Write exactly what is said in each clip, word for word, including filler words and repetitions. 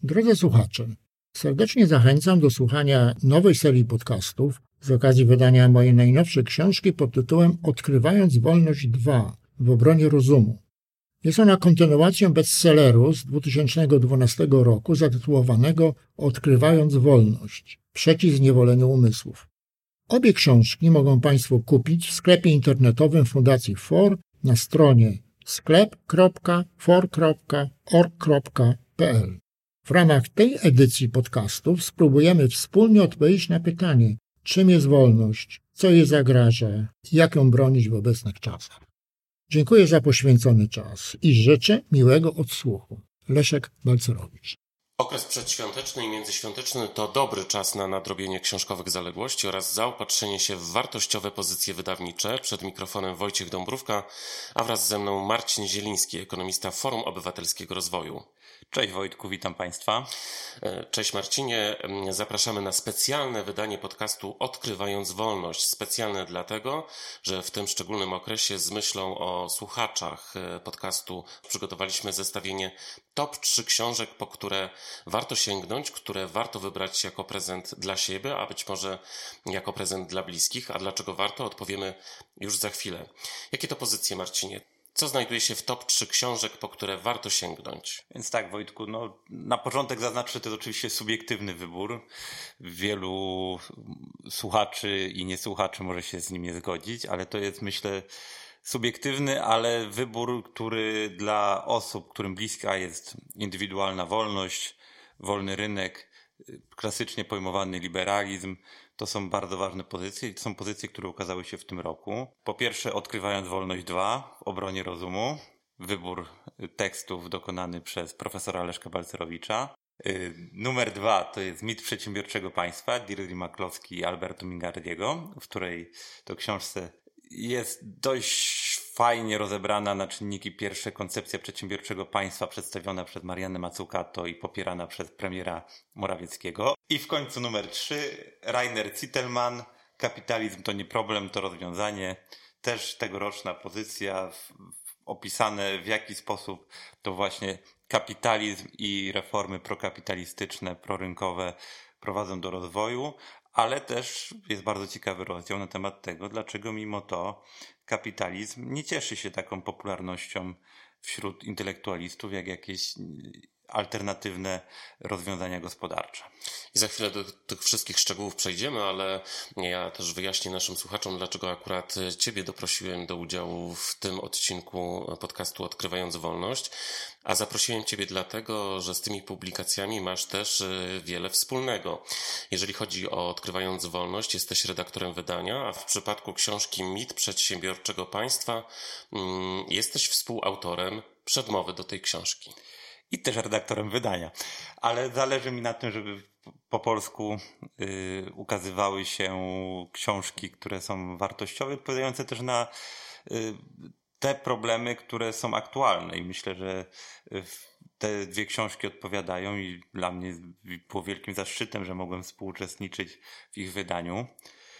Drodzy słuchacze, serdecznie zachęcam do słuchania nowej serii podcastów z okazji wydania mojej najnowszej książki pod tytułem Odkrywając wolność dwa w obronie rozumu. Jest ona kontynuacją bestselleru z dwa tysiące dwunastego roku zatytułowanego Odkrywając wolność przeciw zniewoleniu umysłów. Obie książki mogą Państwo kupić w sklepie internetowym Fundacji F O R na stronie sklep kropka for kropka org kropka p l. W ramach tej edycji podcastów spróbujemy wspólnie odpowiedzieć na pytanie, czym jest wolność, co jej zagraża i jak ją bronić w obecnych czasach. Dziękuję za poświęcony czas i życzę miłego odsłuchu. Leszek Balcerowicz. Okres przedświąteczny i międzyświąteczny to dobry czas na nadrobienie książkowych zaległości oraz zaopatrzenie się w wartościowe pozycje wydawnicze. Przed mikrofonem Wojciech Dąbrówka, a wraz ze mną Marcin Zieliński, ekonomista Forum Obywatelskiego Rozwoju. Cześć Wojtku, witam Państwa. Cześć Marcinie, zapraszamy na specjalne wydanie podcastu Odkrywając wolność. Specjalne dlatego, że w tym szczególnym okresie z myślą o słuchaczach podcastu przygotowaliśmy zestawienie top trzy książek, po które warto sięgnąć, które warto wybrać jako prezent dla siebie, a być może jako prezent dla bliskich. A dlaczego warto, odpowiemy już za chwilę. Jakie to pozycje, Marcinie? Co znajduje się w top trzy książek, po które warto sięgnąć? Więc tak, Wojtku, no na początek zaznaczę, że to jest oczywiście subiektywny wybór. Wielu słuchaczy i niesłuchaczy może się z nim nie zgodzić, ale to jest, myślę, subiektywny, ale wybór, który dla osób, którym bliska jest indywidualna wolność, wolny rynek, klasycznie pojmowany liberalizm, to są bardzo ważne pozycje i to są pozycje, które ukazały się w tym roku. Po pierwsze, Odkrywając wolność dwa w obronie rozumu. Wybór tekstów dokonany przez profesora Leszka Balcerowicza. Yy, numer dwa to jest Mit przedsiębiorczego państwa Deirdre McCloskey i Alberto Mingardiego, w której to książce jest dość fajnie rozebrana na czynniki pierwsze koncepcja przedsiębiorczego państwa przedstawiona przez Mariannę Mazzucato i popierana przez premiera Morawieckiego. I w końcu numer trzy, Rainer Zitelmann, Kapitalizm to nie problem, to rozwiązanie. Też tegoroczna pozycja, w, opisane w jaki sposób to właśnie kapitalizm i reformy prokapitalistyczne, prorynkowe prowadzą do rozwoju. Ale też jest bardzo ciekawy rozdział na temat tego, dlaczego mimo to kapitalizm nie cieszy się taką popularnością wśród intelektualistów, jak jakieś alternatywne rozwiązania gospodarcze. I za chwilę do tych wszystkich szczegółów przejdziemy, ale ja też wyjaśnię naszym słuchaczom, dlaczego akurat Ciebie doprosiłem do udziału w tym odcinku podcastu Odkrywając wolność. A zaprosiłem Ciebie dlatego, że z tymi publikacjami masz też wiele wspólnego. Jeżeli chodzi o Odkrywając wolność, jesteś redaktorem wydania, a w przypadku książki Mit przedsiębiorczego państwa jesteś współautorem przedmowy do tej książki. I też redaktorem wydania. Ale zależy mi na tym, żeby po polsku y, ukazywały się książki, które są wartościowe, odpowiadające też na y, te problemy, które są aktualne. I myślę, że te dwie książki odpowiadają i dla mnie było wielkim zaszczytem, że mogłem współuczestniczyć w ich wydaniu.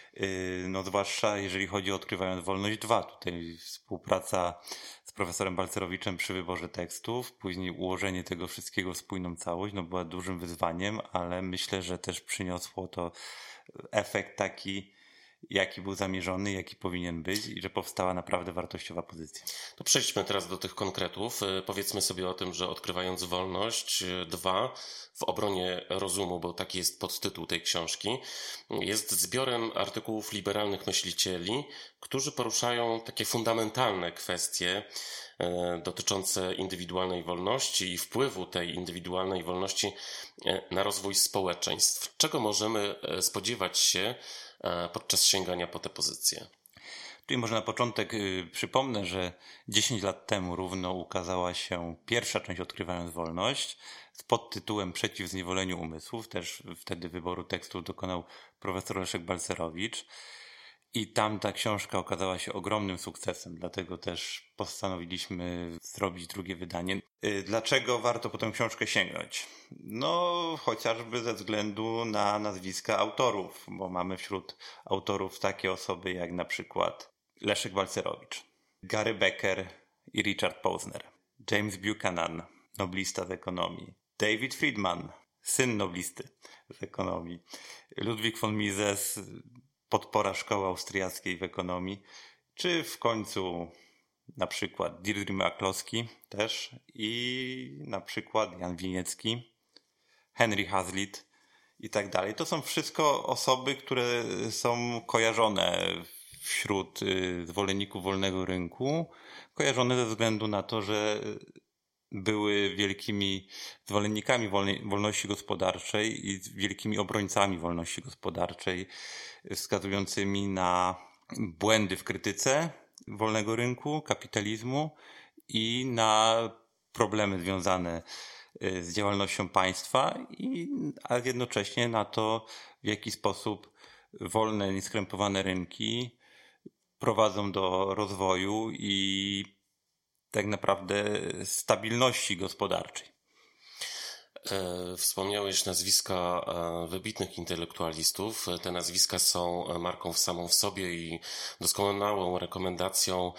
No zwłaszcza jeżeli chodzi o Odkrywając wolność dwa. Tutaj współpraca z profesorem Balcerowiczem przy wyborze tekstów, później ułożenie tego wszystkiego w spójną całość, no była dużym wyzwaniem, ale myślę, że też przyniosło to efekt taki, jaki był zamierzony, jaki powinien być i że powstała naprawdę wartościowa pozycja. To przejdźmy teraz do tych konkretów. Powiedzmy sobie o tym, że Odkrywając wolność dwa w obronie rozumu, bo taki jest podtytuł tej książki, jest zbiorem artykułów liberalnych myślicieli, którzy poruszają takie fundamentalne kwestie dotyczące indywidualnej wolności i wpływu tej indywidualnej wolności na rozwój społeczeństw. Czego możemy spodziewać się podczas sięgania po te pozycje? Czyli może na początek y, przypomnę, że dziesięć lat temu równo ukazała się pierwsza część Odkrywając wolność z podtytułem Przeciw zniewoleniu umysłów. Też wtedy wyboru tekstów dokonał profesor Leszek Balcerowicz. I tam ta książka okazała się ogromnym sukcesem, dlatego też postanowiliśmy zrobić drugie wydanie. Dlaczego warto po tę książkę sięgnąć? No, chociażby ze względu na nazwiska autorów, bo mamy wśród autorów takie osoby jak na przykład Leszek Balcerowicz, Gary Becker i Richard Posner, James Buchanan, noblista z ekonomii, David Friedman, syn noblisty z ekonomii. Ludwig von Mises, podpora szkoły austriackiej w ekonomii. Czy w końcu na przykład Deirdre McCloskey też i na przykład Jan Winiecki, Henry Hazlitt i tak dalej. To są wszystko osoby, które są kojarzone wśród zwolenników wolnego rynku, kojarzone ze względu na to, że były wielkimi zwolennikami wolnej, wolności gospodarczej i wielkimi obrońcami wolności gospodarczej, wskazującymi na błędy w krytyce wolnego rynku, kapitalizmu i na problemy związane z działalnością państwa, i, a jednocześnie na to, w jaki sposób wolne, nieskrępowane rynki prowadzą do rozwoju i tak naprawdę stabilności gospodarczej. Wspomniałeś nazwiska wybitnych intelektualistów. Te nazwiska są marką samą w sobie i doskonałą rekomendacją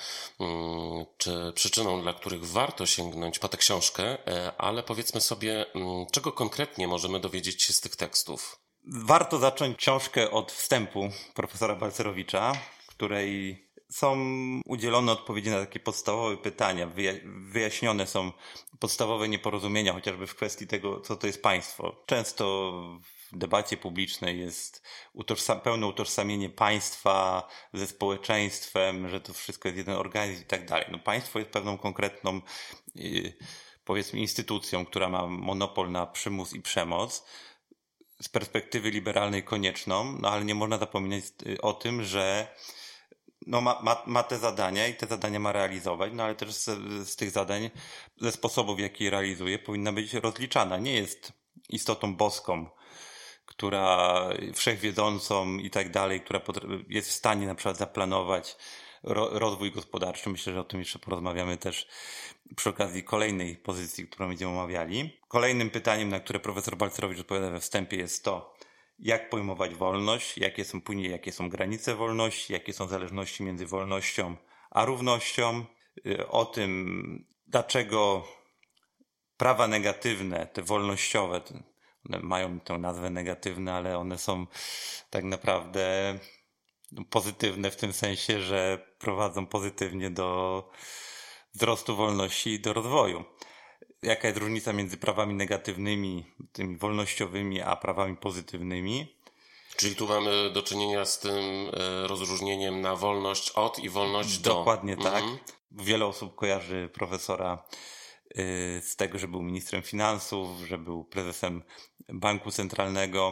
czy przyczyną, dla których warto sięgnąć po tę książkę, ale powiedzmy sobie, czego konkretnie możemy dowiedzieć się z tych tekstów? Warto zacząć książkę od wstępu profesora Balcerowicza, w której są udzielone odpowiedzi na takie podstawowe pytania, wyjaśnione są podstawowe nieporozumienia, chociażby w kwestii tego, co to jest państwo. Często w debacie publicznej jest utożsam- pełne utożsamienie państwa ze społeczeństwem, że to wszystko jest jeden organizm i tak dalej. No, państwo jest pewną konkretną, yy, powiedzmy, instytucją, która ma monopol na przymus i przemoc. Z perspektywy liberalnej konieczną, no ale nie można zapominać o tym, że no ma, ma, ma te zadania i te zadania ma realizować, no ale też z, z tych zadań, ze sposobów, w jaki je realizuje, powinna być rozliczana. Nie jest istotą boską, która wszechwiedzącą i tak dalej, która jest w stanie na przykład zaplanować ro, rozwój gospodarczy. Myślę, że o tym jeszcze porozmawiamy też przy okazji kolejnej pozycji, którą będziemy omawiali. Kolejnym pytaniem, na które profesor Balcerowicz odpowiada we wstępie, jest to, jak pojmować wolność, jakie są później, jakie są granice wolności, jakie są zależności między wolnością a równością, o tym, dlaczego prawa negatywne, te wolnościowe, one mają tę nazwę negatywne, ale one są tak naprawdę pozytywne w tym sensie, że prowadzą pozytywnie do wzrostu wolności i do rozwoju. Jaka jest różnica między prawami negatywnymi, tymi wolnościowymi, a prawami pozytywnymi? Czyli tu mamy do czynienia z tym rozróżnieniem na wolność od i wolność do. Dokładnie tak. Mhm. Wiele osób kojarzy profesora z tego, że był ministrem finansów, że był prezesem Banku Centralnego,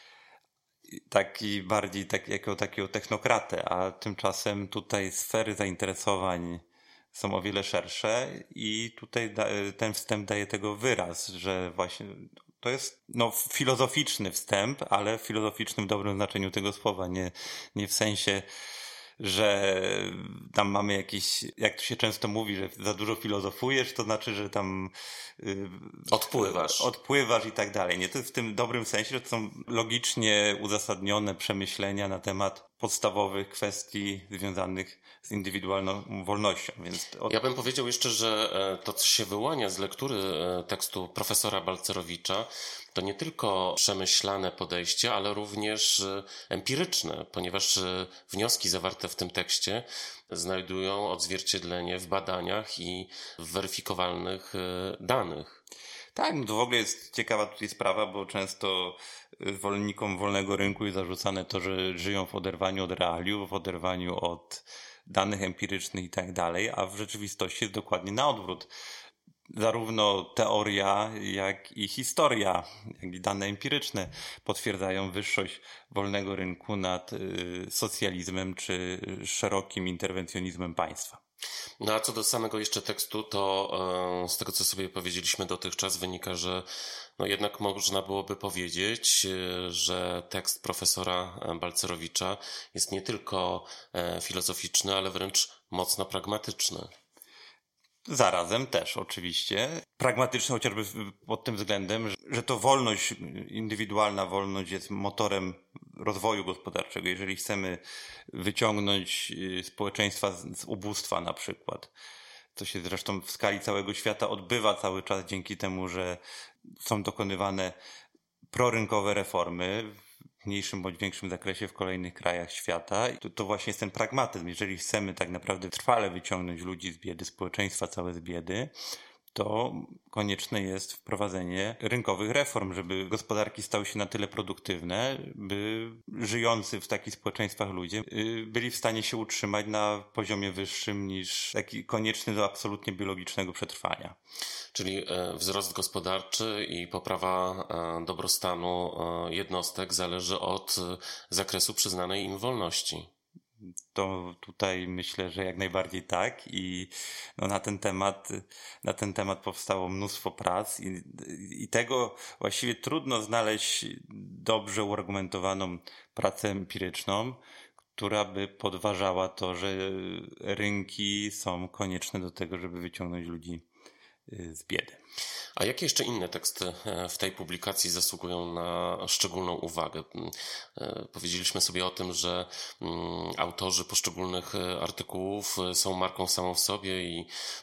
taki bardziej tak, jako takiego technokratę, a tymczasem tutaj sfery zainteresowań są o wiele szersze i tutaj da, ten wstęp daje tego wyraz, że właśnie to jest no, filozoficzny wstęp, ale filozoficzny w dobrym znaczeniu tego słowa, nie, nie w sensie, że tam mamy jakieś, jak to się często mówi, że za dużo filozofujesz, to znaczy, że tam yy, odpływasz. Odpływasz i tak dalej. Nie, to jest w tym dobrym sensie, że to są logicznie uzasadnione przemyślenia na temat podstawowych kwestii związanych z indywidualną wolnością. Więc od... Ja bym powiedział jeszcze, że to, co się wyłania z lektury tekstu profesora Balcerowicza, to nie tylko przemyślane podejście, ale również empiryczne, ponieważ wnioski zawarte w tym tekście znajdują odzwierciedlenie w badaniach i w weryfikowalnych danych. Tak, no to w ogóle jest ciekawa tutaj sprawa, bo często zwolennikom wolnego rynku jest zarzucane to, że żyją w oderwaniu od realiów, w oderwaniu od danych empirycznych i tak dalej, a w rzeczywistości jest dokładnie na odwrót. Zarówno teoria, jak i historia, jak i dane empiryczne potwierdzają wyższość wolnego rynku nad socjalizmem czy szerokim interwencjonizmem państwa. No a co do samego jeszcze tekstu, to z tego, co sobie powiedzieliśmy dotychczas, wynika, że no jednak można byłoby powiedzieć, że tekst profesora Balcerowicza jest nie tylko filozoficzny, ale wręcz mocno pragmatyczny. Zarazem też oczywiście. Pragmatyczny chociażby pod tym względem, że to wolność, indywidualna wolność jest motorem rozwoju gospodarczego. Jeżeli chcemy wyciągnąć społeczeństwa z ubóstwa na przykład, co się zresztą w skali całego świata odbywa cały czas dzięki temu, że są dokonywane prorynkowe reformy w mniejszym bądź większym zakresie w kolejnych krajach świata. I to, to właśnie jest ten pragmatyzm. Jeżeli chcemy tak naprawdę trwale wyciągnąć ludzi z biedy, społeczeństwa całe z biedy, to konieczne jest wprowadzenie rynkowych reform, żeby gospodarki stały się na tyle produktywne, by żyjący w takich społeczeństwach ludzie byli w stanie się utrzymać na poziomie wyższym niż taki konieczny do absolutnie biologicznego przetrwania. Czyli wzrost gospodarczy i poprawa dobrostanu jednostek zależy od zakresu przyznanej im wolności. To tutaj myślę, że jak najbardziej tak i no na ten temat, na ten temat powstało mnóstwo prac i, i tego właściwie trudno znaleźć dobrze uargumentowaną pracę empiryczną, która by podważała to, że rynki są konieczne do tego, żeby wyciągnąć ludzi z biedy. A jakie jeszcze inne teksty w tej publikacji zasługują na szczególną uwagę? Powiedzieliśmy sobie o tym, że autorzy poszczególnych artykułów są marką samą w sobie i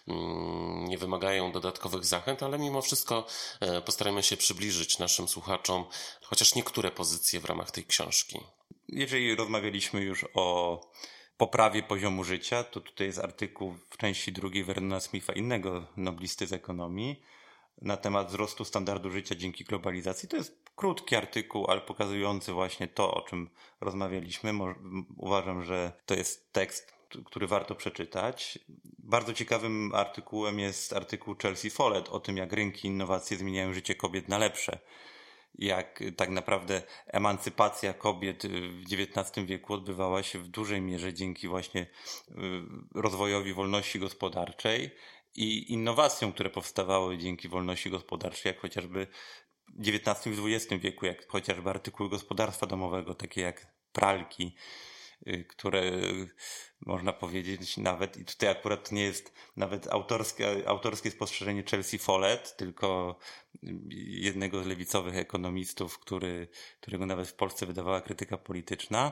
nie wymagają dodatkowych zachęt, ale mimo wszystko postarajmy się przybliżyć naszym słuchaczom chociaż niektóre pozycje w ramach tej książki. Jeżeli rozmawialiśmy już o poprawie poziomu życia, to tutaj jest artykuł w części drugiej Vernona Smitha, innego noblisty z ekonomii, na temat wzrostu standardu życia dzięki globalizacji. To jest krótki artykuł, ale pokazujący właśnie to, o czym rozmawialiśmy. Uważam, że to jest tekst, który warto przeczytać. Bardzo ciekawym artykułem jest artykuł Chelsea Follett o tym, jak rynki i innowacje zmieniają życie kobiet na lepsze. Jak tak naprawdę emancypacja kobiet w dziewiętnastym wieku odbywała się w dużej mierze dzięki właśnie rozwojowi wolności gospodarczej i innowacjom, które powstawały dzięki wolności gospodarczej, jak chociażby w dziewiętnastym i dwudziestym wieku, jak chociażby artykuły gospodarstwa domowego, takie jak pralki, które można powiedzieć nawet, i tutaj akurat nie jest nawet autorskie, autorskie spostrzeżenie Chelsea Follett, tylko jednego z lewicowych ekonomistów, który, którego nawet w Polsce wydawała krytyka polityczna,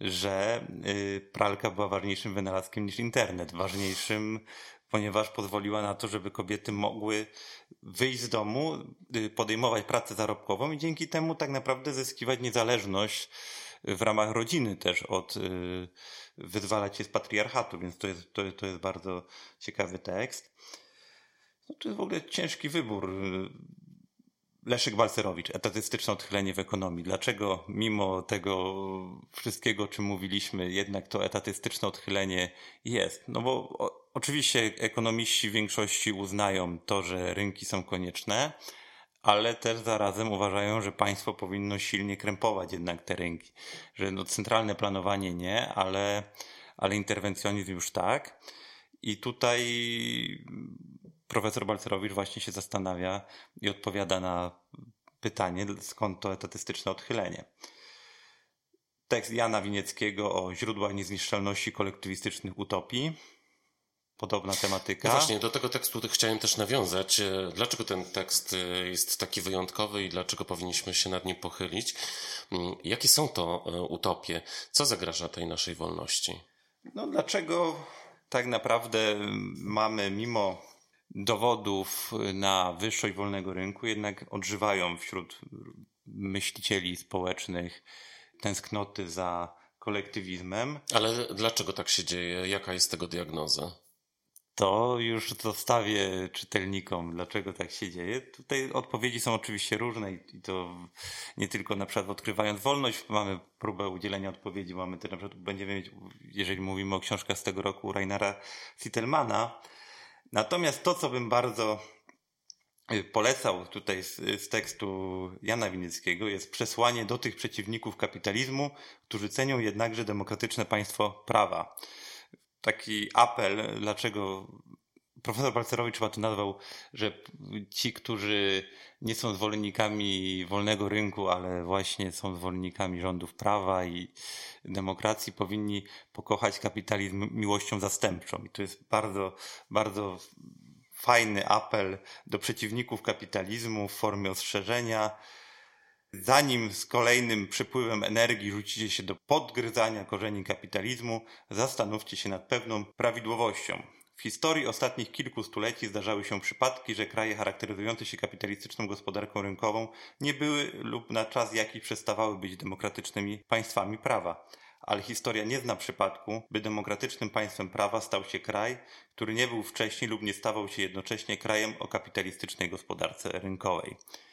że pralka była ważniejszym wynalazkiem niż internet, ważniejszym, ponieważ pozwoliła na to, żeby kobiety mogły wyjść z domu, podejmować pracę zarobkową i dzięki temu tak naprawdę zyskiwać niezależność w ramach rodziny też od wyzwalać się z patriarchatu, więc to jest, to, to jest bardzo ciekawy tekst. No, to jest w ogóle ciężki wybór. Leszek Balcerowicz, etatystyczne odchylenie w ekonomii. Dlaczego mimo tego wszystkiego, o czym mówiliśmy, jednak to etatystyczne odchylenie jest? No bo o, oczywiście ekonomiści w większości uznają to, że rynki są konieczne, ale też zarazem uważają, że państwo powinno silnie krępować jednak te rynki. Że no centralne planowanie nie, ale, ale interwencjonizm już tak. I tutaj profesor Balcerowicz właśnie się zastanawia i odpowiada na pytanie, skąd to etatystyczne odchylenie. Tekst Jana Winieckiego o źródłach niezniszczalności kolektywistycznych utopii. Podobna tematyka. No właśnie, do tego tekstu chciałem też nawiązać. Dlaczego ten tekst jest taki wyjątkowy i dlaczego powinniśmy się nad nim pochylić? Jakie są to utopie? Co zagraża tej naszej wolności? No dlaczego tak naprawdę mamy mimo dowodów na wyższość wolnego rynku jednak odżywają wśród myślicieli społecznych tęsknoty za kolektywizmem? Ale dlaczego tak się dzieje? Jaka jest tego diagnoza? To już zostawię czytelnikom, dlaczego tak się dzieje. Tutaj odpowiedzi są oczywiście różne i to nie tylko na przykład odkrywając wolność mamy próbę udzielenia odpowiedzi, mamy też na przykład będziemy mieć, jeżeli mówimy o książkach z tego roku, Rainera Zitelmana. Natomiast to, co bym bardzo polecał tutaj z, z tekstu Jana Winieckiego, jest przesłanie do tych przeciwników kapitalizmu, którzy cenią jednakże demokratyczne państwo prawa. Taki apel, dlaczego profesor Balcerowicz chyba to nazwał, że ci, którzy nie są zwolennikami wolnego rynku, ale właśnie są zwolennikami rządów prawa i demokracji, powinni pokochać kapitalizm miłością zastępczą. I to jest bardzo, bardzo fajny apel do przeciwników kapitalizmu w formie ostrzeżenia. Zanim z kolejnym przepływem energii rzucicie się do podgryzania korzeni kapitalizmu, zastanówcie się nad pewną prawidłowością. W historii ostatnich kilku stuleci zdarzały się przypadki, że kraje charakteryzujące się kapitalistyczną gospodarką rynkową nie były lub na czas jakiś przestawały być demokratycznymi państwami prawa. Ale historia nie zna przypadku, by demokratycznym państwem prawa stał się kraj, który nie był wcześniej lub nie stawał się jednocześnie krajem o kapitalistycznej gospodarce rynkowej.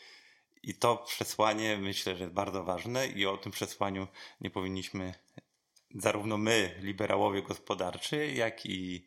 I to przesłanie myślę, że jest bardzo ważne i o tym przesłaniu nie powinniśmy zarówno my, liberałowie gospodarczy, jak i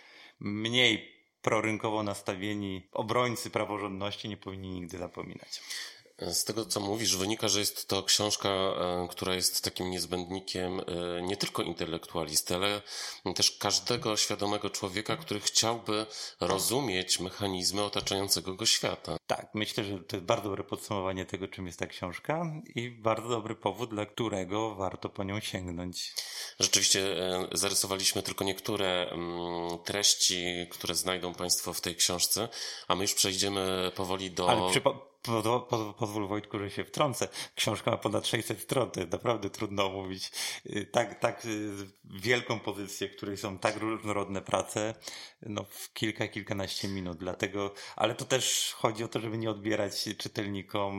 mniej prorynkowo nastawieni obrońcy praworządności nie powinni nigdy zapominać. Z tego, co mówisz, wynika, że jest to książka, która jest takim niezbędnikiem nie tylko intelektualisty, ale też każdego świadomego człowieka, który chciałby rozumieć mechanizmy otaczającego go świata. Tak, myślę, że to jest bardzo dobre podsumowanie tego, czym jest ta książka i bardzo dobry powód, dla którego warto po nią sięgnąć. Rzeczywiście zarysowaliśmy tylko niektóre treści, które znajdą Państwo w tej książce, a my już przejdziemy powoli do... Ale przypo... Po, po, pozwól Wojtku, że się wtrącę. Książka ma ponad sześćset stron, to jest naprawdę trudno omówić tak, tak wielką pozycję, w której są tak różnorodne prace, no w kilka, kilkanaście minut, dlatego, ale to też chodzi o to, żeby nie odbierać czytelnikom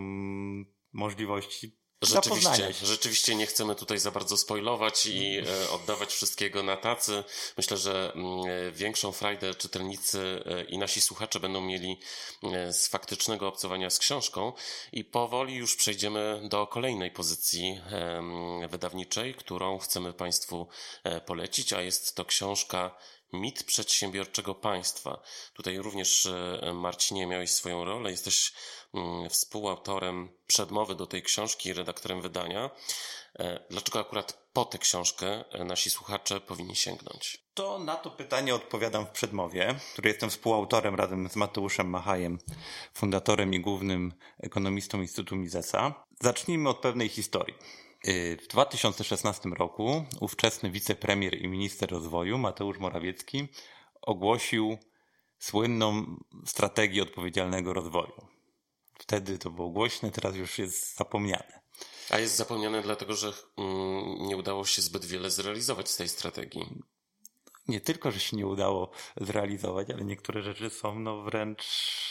możliwości Rzeczywiście, rzeczywiście nie chcemy tutaj za bardzo spoilować i e, oddawać wszystkiego na tacy. Myślę, że m, większą frajdę czytelnicy e, i nasi słuchacze będą mieli e, z faktycznego obcowania z książką i powoli już przejdziemy do kolejnej pozycji e, wydawniczej, którą chcemy Państwu e, polecić, a jest to książka Mit przedsiębiorczego państwa. Tutaj również, Marcinie, miałeś swoją rolę. Jesteś współautorem przedmowy do tej książki i redaktorem wydania. Dlaczego akurat po tę książkę nasi słuchacze powinni sięgnąć? To na to pytanie odpowiadam w przedmowie, który jestem współautorem razem z Mateuszem Machajem, fundatorem i głównym ekonomistą Instytutu Misesa. Zacznijmy od pewnej historii. W dwa tysiące szesnastym roku ówczesny wicepremier i minister rozwoju Mateusz Morawiecki ogłosił słynną strategię odpowiedzialnego rozwoju. Wtedy to było głośne, teraz już jest zapomniane. A jest zapomniane dlatego, że nie udało się zbyt wiele zrealizować z tej strategii. Nie tylko, że się nie udało zrealizować, ale niektóre rzeczy są no wręcz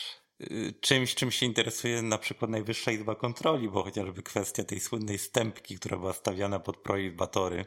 czymś, czym się interesuje na przykład Najwyższa Izba Kontroli, bo chociażby kwestia tej słynnej stępki, która była stawiana pod projekt Batory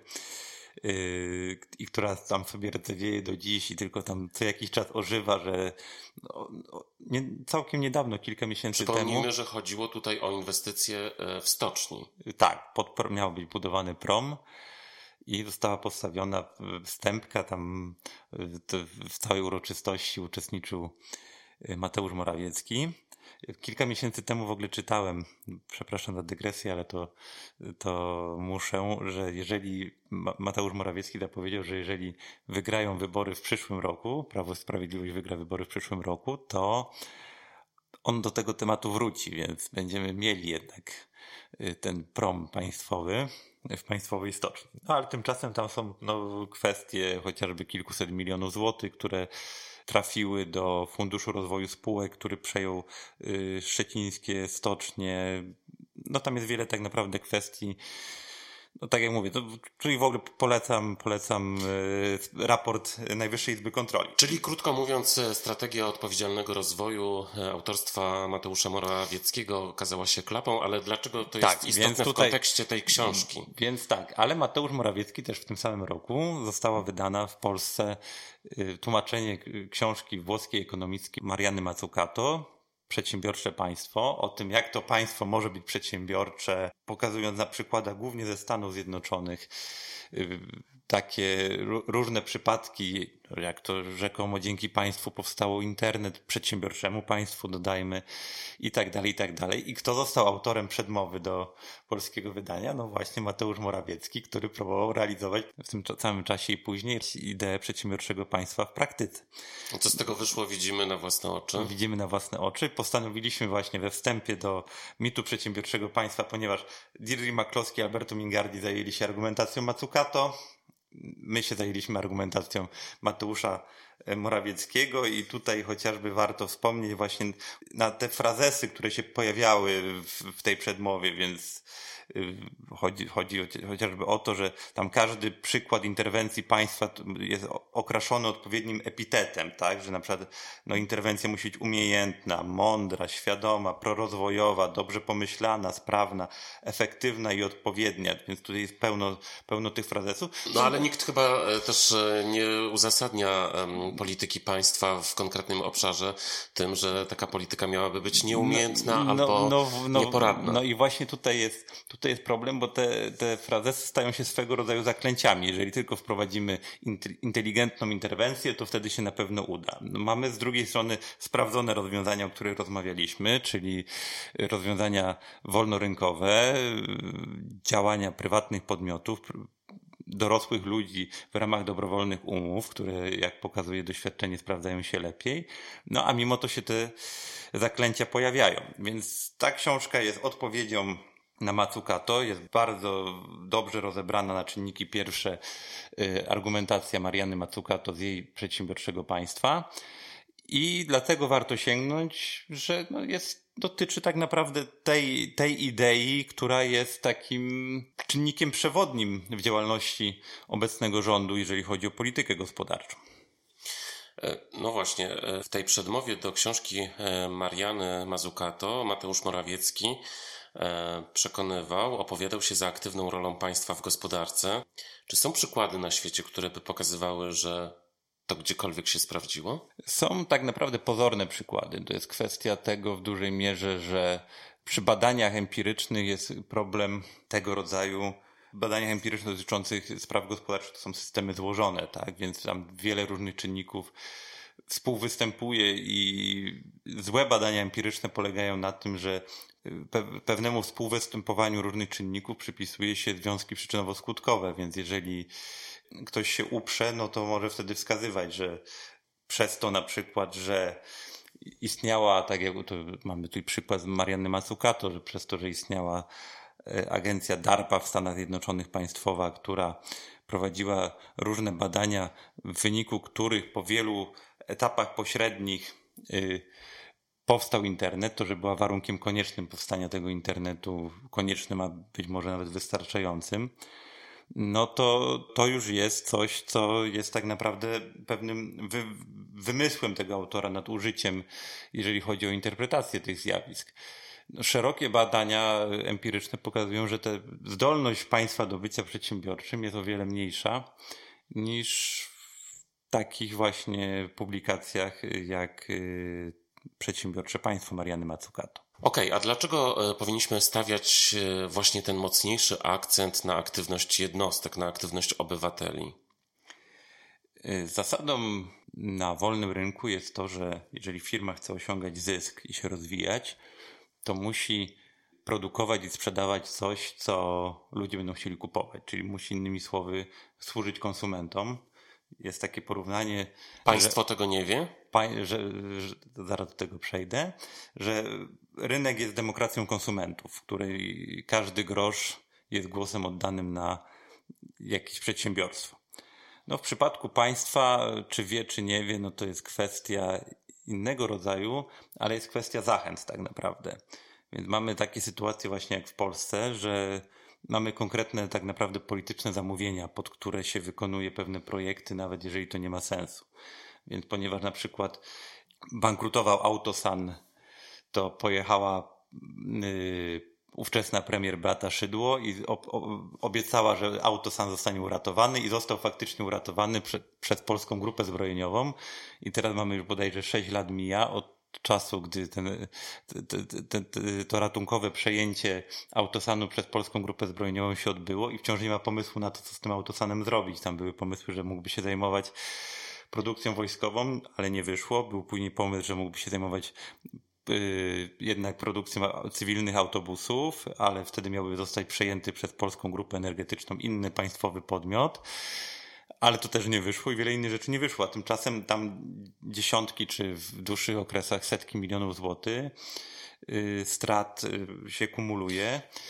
yy, i która tam sobie rdzewieje do dziś i tylko tam co jakiś czas ożywa, że no, no, nie, całkiem niedawno, kilka miesięcy Przypomnijmy, temu... Przypomnijmy, że chodziło tutaj o inwestycje w stoczni. Tak, pod, miał być budowany prom i została postawiona stępka, tam w całej uroczystości uczestniczył Mateusz Morawiecki. Kilka miesięcy temu w ogóle czytałem, przepraszam za dygresję, ale to, to muszę, że jeżeli Mateusz Morawiecki zapowiedział, że jeżeli wygrają wybory w przyszłym roku, Prawo i Sprawiedliwość wygra wybory w przyszłym roku, to on do tego tematu wróci, więc będziemy mieli jednak ten prom państwowy w państwowej stoczni. No, ale tymczasem tam są no, kwestie chociażby kilkuset milionów złotych, które trafiły do Funduszu Rozwoju Spółek, który przejął y, szczecińskie stocznie. No tam jest wiele tak naprawdę kwestii. No tak jak mówię, to, czyli w ogóle polecam, polecam y, raport Najwyższej Izby Kontroli. Czyli krótko mówiąc, strategia odpowiedzialnego rozwoju autorstwa Mateusza Morawieckiego okazała się klapą, ale dlaczego to jest tak, istotne tutaj, w kontekście tej książki? Więc tak, ale Mateusz Morawiecki też w tym samym roku została wydana w Polsce y, tłumaczenie książki włoskiej ekonomistki Marianny Mazzucato, Przedsiębiorcze państwo, o tym jak to państwo może być przedsiębiorcze, pokazując na przykładach głównie ze Stanów Zjednoczonych takie różne przypadki, jak to rzekomo dzięki państwu powstało internet, przedsiębiorczemu państwu dodajmy i tak dalej, i tak dalej. I kto został autorem przedmowy do polskiego wydania? No właśnie Mateusz Morawiecki, który próbował realizować w tym samym czasie i później ideę przedsiębiorczego państwa w praktyce. Co z tego wyszło, widzimy na własne oczy. Widzimy na własne oczy. Postanowiliśmy właśnie we wstępie do mitu przedsiębiorczego państwa, ponieważ Deirdre McCloskey i Alberto Mingardi zajęli się argumentacją Mazzucato, my się zajęliśmy argumentacją Mateusza Morawieckiego i tutaj chociażby warto wspomnieć właśnie na te frazesy, które się pojawiały w, w tej przedmowie, więc Chodzi, chodzi chociażby o to, że tam każdy przykład interwencji państwa jest okraszony odpowiednim epitetem, tak? Że na przykład no, interwencja musi być umiejętna, mądra, świadoma, prorozwojowa, dobrze pomyślana, sprawna, efektywna i odpowiednia, więc tutaj jest pełno, pełno tych frazesów. No ale nikt chyba też nie uzasadnia polityki państwa w konkretnym obszarze tym, że taka polityka miałaby być nieumiejętna no, albo no, no, nieporadna. No i właśnie tutaj jest Tutaj jest problem, bo te, te frazesy stają się swego rodzaju zaklęciami. Jeżeli tylko wprowadzimy inteligentną interwencję, to wtedy się na pewno uda. No mamy z drugiej strony sprawdzone rozwiązania, o których rozmawialiśmy, czyli rozwiązania wolnorynkowe, działania prywatnych podmiotów, dorosłych ludzi w ramach dobrowolnych umów, które, jak pokazuje doświadczenie, sprawdzają się lepiej. No a mimo to się te zaklęcia pojawiają. Więc ta książka jest odpowiedzią na Mazzucato, jest bardzo dobrze rozebrana na czynniki pierwsze y, argumentacja Marianny Mazzucato z jej Przedsiębiorczego Państwa i dlatego warto sięgnąć, że no jest, dotyczy tak naprawdę tej, tej idei, która jest takim czynnikiem przewodnim w działalności obecnego rządu, jeżeli chodzi o politykę gospodarczą. No właśnie, w tej przedmowie do książki Marianny Mazzucato Mateusz Morawiecki przekonywał, opowiadał się za aktywną rolą państwa w gospodarce. Czy są przykłady na świecie, które by pokazywały, że to gdziekolwiek się sprawdziło? Są tak naprawdę pozorne przykłady. To jest kwestia tego w dużej mierze, że przy badaniach empirycznych jest problem tego rodzaju. W badaniach empirycznych dotyczących spraw gospodarczych to są systemy złożone, tak? Więc tam wiele różnych czynników współwystępuje i złe badania empiryczne polegają na tym, że pewnemu współwystępowaniu różnych czynników przypisuje się związki przyczynowo-skutkowe, więc jeżeli ktoś się uprze, no to może wtedy wskazywać, że przez to na przykład, że istniała, tak jak to mamy tutaj przykład z Marianny Mazzucato, że przez to, że istniała agencja DARPA w Stanach Zjednoczonych państwowa, która prowadziła różne badania, w wyniku których po wielu etapach pośrednich yy, powstał internet, to że była warunkiem koniecznym powstania tego internetu, koniecznym, a być może nawet wystarczającym, no to to już jest coś, co jest tak naprawdę pewnym wy, wymysłem tego autora, nadużyciem, jeżeli chodzi o interpretację tych zjawisk. No, szerokie badania empiryczne pokazują, że ta zdolność państwa do bycia przedsiębiorczym jest o wiele mniejsza niż w takich właśnie publikacjach jak Przedsiębiorcze Państwo Marianny Mazzucato. Okej, okay, a dlaczego powinniśmy stawiać właśnie ten mocniejszy akcent na aktywność jednostek, na aktywność obywateli? Zasadą na wolnym rynku jest to, że jeżeli firma chce osiągać zysk i się rozwijać, to musi produkować i sprzedawać coś, co ludzie będą chcieli kupować, czyli musi innymi słowy służyć konsumentom. Jest takie porównanie... Państwo że, tego nie wie? Pa, że, że, zaraz do tego przejdę, że rynek jest demokracją konsumentów, w której każdy grosz jest głosem oddanym na jakieś przedsiębiorstwo. No w przypadku państwa, czy wie, czy nie wie, no to jest kwestia innego rodzaju, ale jest kwestia zachęt tak naprawdę. Więc mamy takie sytuacje właśnie jak w Polsce, że mamy konkretne tak naprawdę polityczne zamówienia, pod które się wykonuje pewne projekty, nawet jeżeli to nie ma sensu. Więc ponieważ na przykład bankrutował Autosan, to pojechała yy, ówczesna premier Beata Szydło i ob, ob, obiecała, że Autosan zostanie uratowany i został faktycznie uratowany prze, przez Polską Grupę Zbrojeniową. I teraz mamy już bodajże sześć lat mija od czasu, gdy ten, te, te, te, to ratunkowe przejęcie Autosanu przez Polską Grupę Zbrojeniową się odbyło i wciąż nie ma pomysłu na to, co z tym Autosanem zrobić. Tam były pomysły, że mógłby się zajmować produkcją wojskową, ale nie wyszło. Był później pomysł, że mógłby się zajmować yy, jednak produkcją cywilnych autobusów, ale wtedy miałby zostać przejęty przez Polską Grupę Energetyczną inny państwowy podmiot. Ale to też nie wyszło i wiele innych rzeczy nie wyszło. A tymczasem tam dziesiątki, czy w dłuższych okresach setki milionów złotych yy, strat yy, się kumuluje.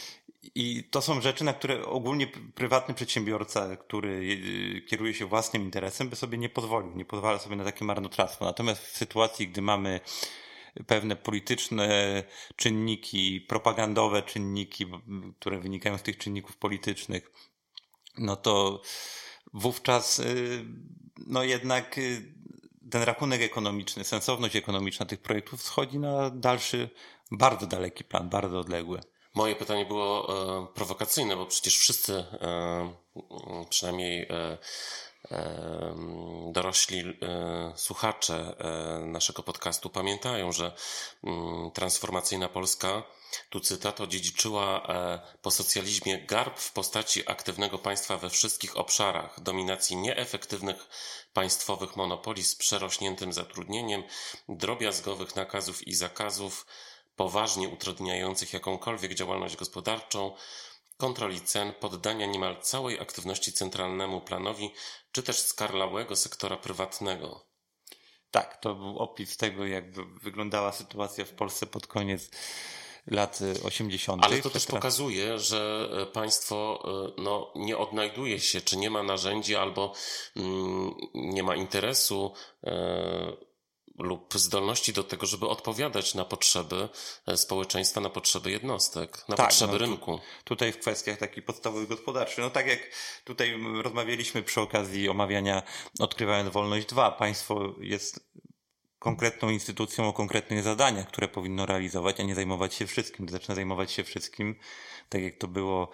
I to są rzeczy, na które ogólnie prywatny przedsiębiorca, który kieruje się własnym interesem, by sobie nie pozwolił, nie pozwala sobie na takie marnotrawstwo. Natomiast w sytuacji, gdy mamy pewne polityczne czynniki, propagandowe czynniki, które wynikają z tych czynników politycznych, no to wówczas no jednak ten rachunek ekonomiczny, sensowność ekonomiczna tych projektów schodzi na dalszy, bardzo daleki plan, bardzo odległy. Moje pytanie było e, prowokacyjne, bo przecież wszyscy, e, przynajmniej e, e, dorośli e, słuchacze e, naszego podcastu pamiętają, że m, transformacyjna Polska, tu cytat, odziedziczyła e, po socjalizmie garb w postaci aktywnego państwa we wszystkich obszarach, dominacji nieefektywnych państwowych monopoli z przerośniętym zatrudnieniem, drobiazgowych nakazów i zakazów, poważnie utrudniających jakąkolwiek działalność gospodarczą, kontroli cen, poddania niemal całej aktywności centralnemu planowi, czy też skarlałego sektora prywatnego. Tak, to był opis tego, jak wyglądała sytuacja w Polsce pod koniec lat osiemdziesiątych. Ale to też pokazuje, że państwo no, nie odnajduje się, czy nie ma narzędzi, albo mm, nie ma interesu e, lub zdolności do tego, żeby odpowiadać na potrzeby społeczeństwa, na potrzeby jednostek, na tak, potrzeby no, rynku. Tutaj w kwestiach takich podstawowych gospodarczych. No tak jak tutaj rozmawialiśmy przy okazji omawiania Odkrywając Wolność dwa, państwo jest konkretną instytucją o konkretnych zadaniach, które powinno realizować, a nie zajmować się wszystkim. Gdy zaczyna zajmować się wszystkim, tak jak to było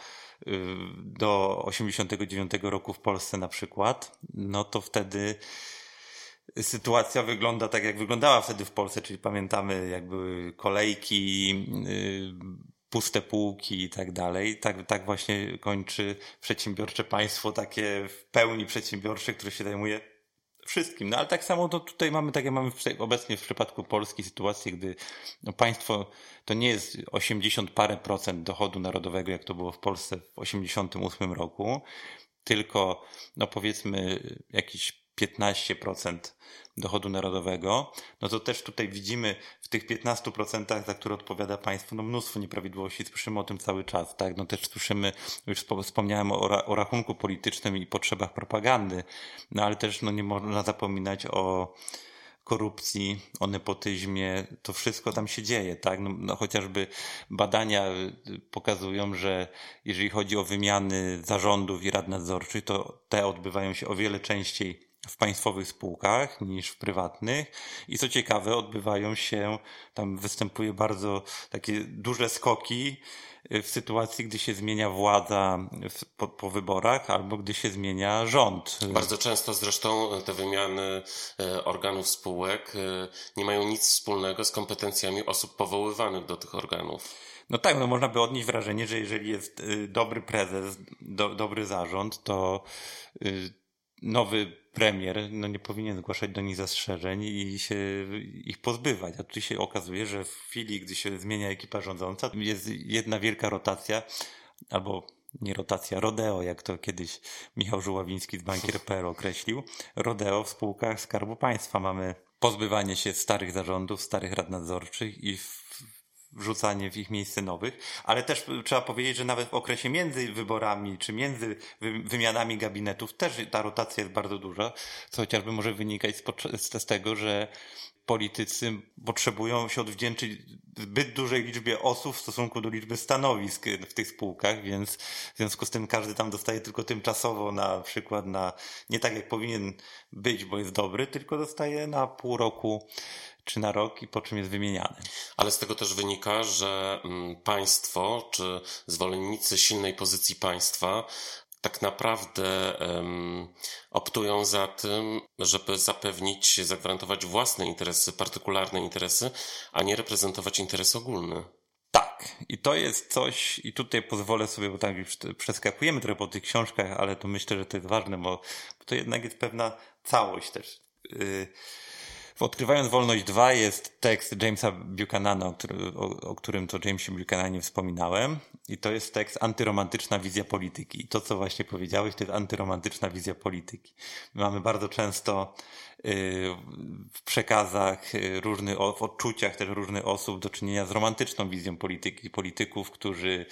do osiemdziesiątego dziewiątego roku w Polsce na przykład, no to wtedy sytuacja wygląda tak, jak wyglądała wtedy w Polsce, czyli pamiętamy, jak były kolejki, yy, puste półki i tak dalej. Tak, tak właśnie kończy przedsiębiorcze państwo, takie w pełni przedsiębiorcze, które się zajmuje wszystkim. No ale tak samo to tutaj mamy, tak jak mamy w, obecnie w przypadku Polski sytuację, gdy no, państwo to nie jest osiemdziesiąt parę procent dochodu narodowego, jak to było w Polsce w osiemdziesiątym ósmym roku, tylko no powiedzmy jakiś piętnaście procent dochodu narodowego, no to też tutaj widzimy w tych piętnastu procentach, za które odpowiada państwo, no mnóstwo nieprawidłowości, słyszymy o tym cały czas, tak? No też słyszymy, już wspomniałem o, ra- o rachunku politycznym i potrzebach propagandy, no ale też no nie można zapominać o korupcji, o nepotyzmie, to wszystko tam się dzieje, tak? No, no chociażby badania pokazują, że jeżeli chodzi o wymiany zarządów i rad nadzorczych, to te odbywają się o wiele częściej w państwowych spółkach niż w prywatnych i co ciekawe odbywają się, tam występuje bardzo takie duże skoki w sytuacji, gdy się zmienia władza po, po wyborach albo gdy się zmienia rząd. Bardzo często zresztą te wymiany organów spółek nie mają nic wspólnego z kompetencjami osób powoływanych do tych organów. No tak, no można by odnieść wrażenie, że jeżeli jest dobry prezes, do, dobry zarząd, to nowy premier no nie powinien zgłaszać do nich zastrzeżeń i się ich pozbywać. A tu się okazuje, że w chwili, gdy się zmienia ekipa rządząca, jest jedna wielka rotacja, albo nie rotacja, rodeo, jak to kiedyś Michał Żuławiński z bankier kropka p l określił. Rodeo w spółkach Skarbu Państwa. Mamy pozbywanie się starych zarządów, starych rad nadzorczych i w wrzucanie w ich miejsce nowych, ale też trzeba powiedzieć, że nawet w okresie między wyborami czy między wymianami gabinetów też ta rotacja jest bardzo duża, co chociażby może wynikać z, z tego, że politycy potrzebują się odwdzięczyć zbyt dużej liczbie osób w stosunku do liczby stanowisk w tych spółkach, więc w związku z tym każdy tam dostaje tylko tymczasowo na przykład na, nie tak jak powinien być, bo jest dobry, tylko dostaje na pół roku czy na rok i po czym jest wymieniany. Ale z tego też wynika, że państwo, czy zwolennicy silnej pozycji państwa tak naprawdę um, optują za tym, żeby zapewnić, zagwarantować własne interesy, partykularne interesy, a nie reprezentować interes ogólny. Tak. I to jest coś, i tutaj pozwolę sobie, bo tam już przeskakujemy trochę po tych książkach, ale to myślę, że to jest ważne, bo, bo to jednak jest pewna całość też. Yy, W Odkrywając Wolność dwa jest tekst Jamesa Buchanana, o, który, o, o którym to Jamesie Buchananie wspominałem. I to jest tekst Antyromantyczna wizja polityki. I to, co właśnie powiedziałeś, to jest antyromantyczna wizja polityki. My mamy bardzo często yy, w przekazach yy, różnych, w odczuciach też różnych osób do czynienia z romantyczną wizją polityki. Polityków, którzy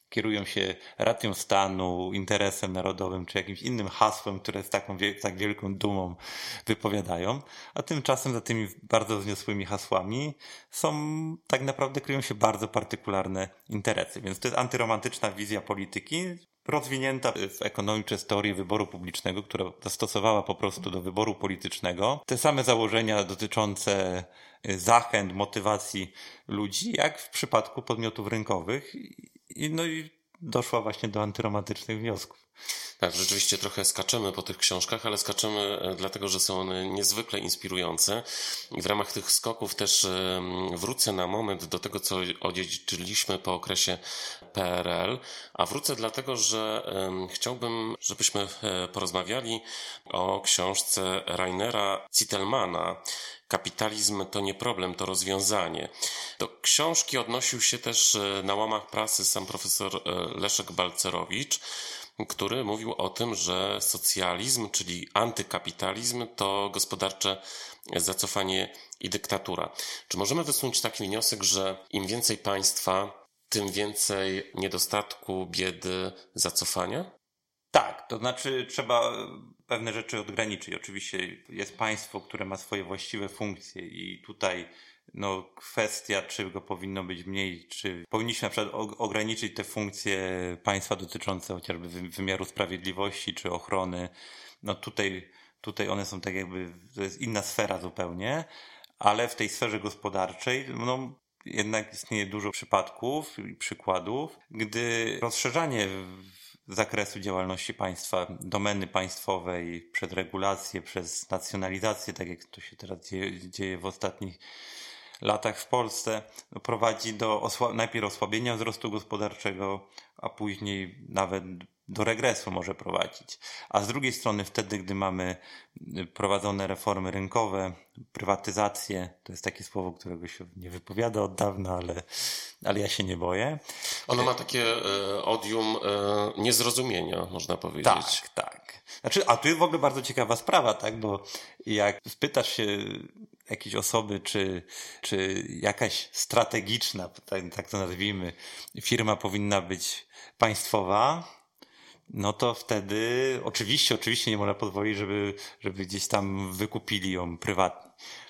kierują się racją stanu, interesem narodowym, czy jakimś innym hasłem, które z taką tak wielką dumą wypowiadają, a tymczasem za tymi bardzo wzniosłymi hasłami są, tak naprawdę kryją się bardzo partykularne interesy. Więc to jest antyromantyczna wizja polityki, rozwinięta w ekonomii przez teorię wyboru publicznego, która zastosowała po prostu do wyboru politycznego te same założenia dotyczące zachęt, motywacji ludzi, jak w przypadku podmiotów rynkowych. I, no i doszła właśnie do antyromantycznych wniosków. Tak, rzeczywiście trochę skaczemy po tych książkach, ale skaczemy dlatego, że są one niezwykle inspirujące. I w ramach tych skoków też wrócę na moment do tego, co odziedziczyliśmy po okresie P R L, a wrócę dlatego, że chciałbym, żebyśmy porozmawiali o książce Rainera Zitelmana Kapitalizm to nie problem, to rozwiązanie. Do książki odnosił się też na łamach prasy sam profesor Leszek Balcerowicz, który mówił o tym, że socjalizm, czyli antykapitalizm, to gospodarcze zacofanie i dyktatura. Czy możemy wysunąć taki wniosek, że im więcej państwa, tym więcej niedostatku, biedy, zacofania? Tak, to znaczy trzeba pewne rzeczy odgraniczyć. Oczywiście jest państwo, które ma swoje właściwe funkcje i tutaj no, kwestia, czy go powinno być mniej, czy powinniśmy na przykład ograniczyć te funkcje państwa dotyczące chociażby wymiaru sprawiedliwości czy ochrony. No tutaj, tutaj one są tak jakby, to jest inna sfera zupełnie, ale w tej sferze gospodarczej, no jednak istnieje dużo przypadków i przykładów, gdy rozszerzanie zakresu działalności państwa, domeny państwowej przez regulacje, przez nacjonalizację, tak jak to się teraz dzieje, dzieje w ostatnich latach w Polsce, no prowadzi do osła- najpierw osłabienia wzrostu gospodarczego, a później nawet do regresu może prowadzić. A z drugiej strony wtedy, gdy mamy prowadzone reformy rynkowe, prywatyzację, to jest takie słowo, którego się nie wypowiada od dawna, ale, ale ja się nie boję. Ono ma takie e, odium e, niezrozumienia, można powiedzieć. Tak, tak. Znaczy, a tu jest w ogóle bardzo ciekawa sprawa, tak, bo jak spytasz się jakiejś osoby, czy, czy jakaś strategiczna, tak, tak to nazwijmy, firma powinna być państwowa, no to wtedy oczywiście, oczywiście nie można pozwolić, żeby, żeby gdzieś tam wykupili ją prywatnie.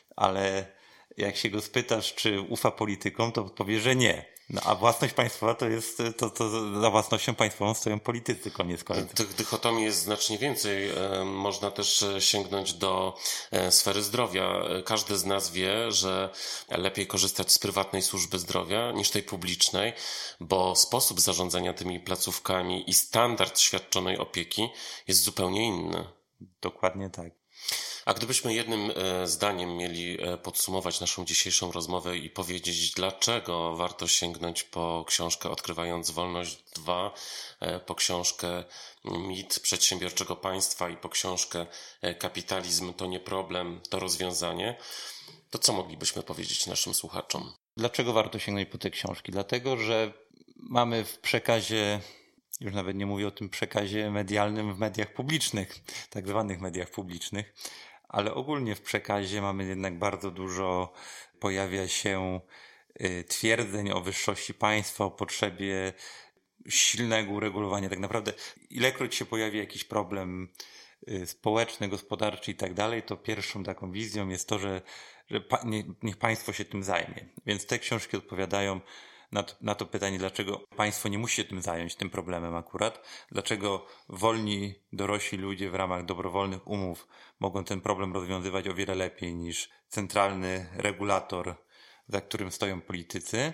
Ale jak się go spytasz, czy ufa politykom, to powie, że nie. No a własność państwowa to jest, to, to za własnością państwową stoją politycy, koniec końców. Tych dychotomii jest znacznie więcej. Można też sięgnąć do sfery zdrowia. Każdy z nas wie, że lepiej korzystać z prywatnej służby zdrowia niż tej publicznej, bo sposób zarządzania tymi placówkami i standard świadczonej opieki jest zupełnie inny. Dokładnie tak. A gdybyśmy jednym zdaniem mieli podsumować naszą dzisiejszą rozmowę i powiedzieć, dlaczego warto sięgnąć po książkę Odkrywając Wolność dwa, po książkę Mit przedsiębiorczego państwa i po książkę Kapitalizm to nie problem, to rozwiązanie, to co moglibyśmy powiedzieć naszym słuchaczom? Dlaczego warto sięgnąć po te książki? Dlatego, że mamy w przekazie, już nawet nie mówię o tym przekazie medialnym w mediach publicznych, tak zwanych mediach publicznych, ale ogólnie w przekazie mamy jednak bardzo dużo, pojawia się twierdzeń o wyższości państwa, o potrzebie silnego uregulowania. Tak naprawdę ilekroć się pojawi jakiś problem społeczny, gospodarczy i tak dalej, to pierwszą taką wizją jest to, że, że pa, nie, niech państwo się tym zajmie. Więc te książki odpowiadają na to, na to pytanie, dlaczego państwo nie musi się tym zająć, tym problemem akurat, dlaczego wolni, dorośli ludzie w ramach dobrowolnych umów mogą ten problem rozwiązywać o wiele lepiej niż centralny regulator, za którym stoją politycy,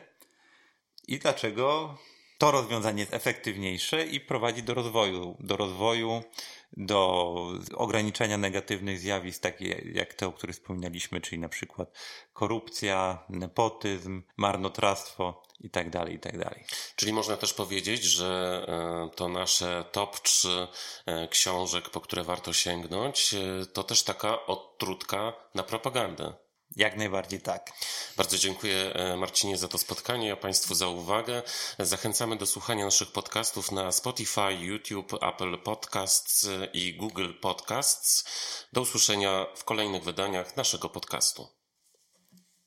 i dlaczego to rozwiązanie jest efektywniejsze i prowadzi do rozwoju, do rozwoju, do ograniczenia negatywnych zjawisk, takie jak te, o których wspominaliśmy, czyli na przykład korupcja, nepotyzm, marnotrawstwo i tak dalej, i tak dalej. Czyli można też powiedzieć, że to nasze top trzy książek, po które warto sięgnąć, to też taka odtrutka na propagandę. Jak najbardziej tak. Bardzo dziękuję Marcinie za to spotkanie, a Państwu za uwagę. Zachęcamy do słuchania naszych podcastów na Spotify, YouTube, Apple Podcasts i Google Podcasts. Do usłyszenia w kolejnych wydaniach naszego podcastu.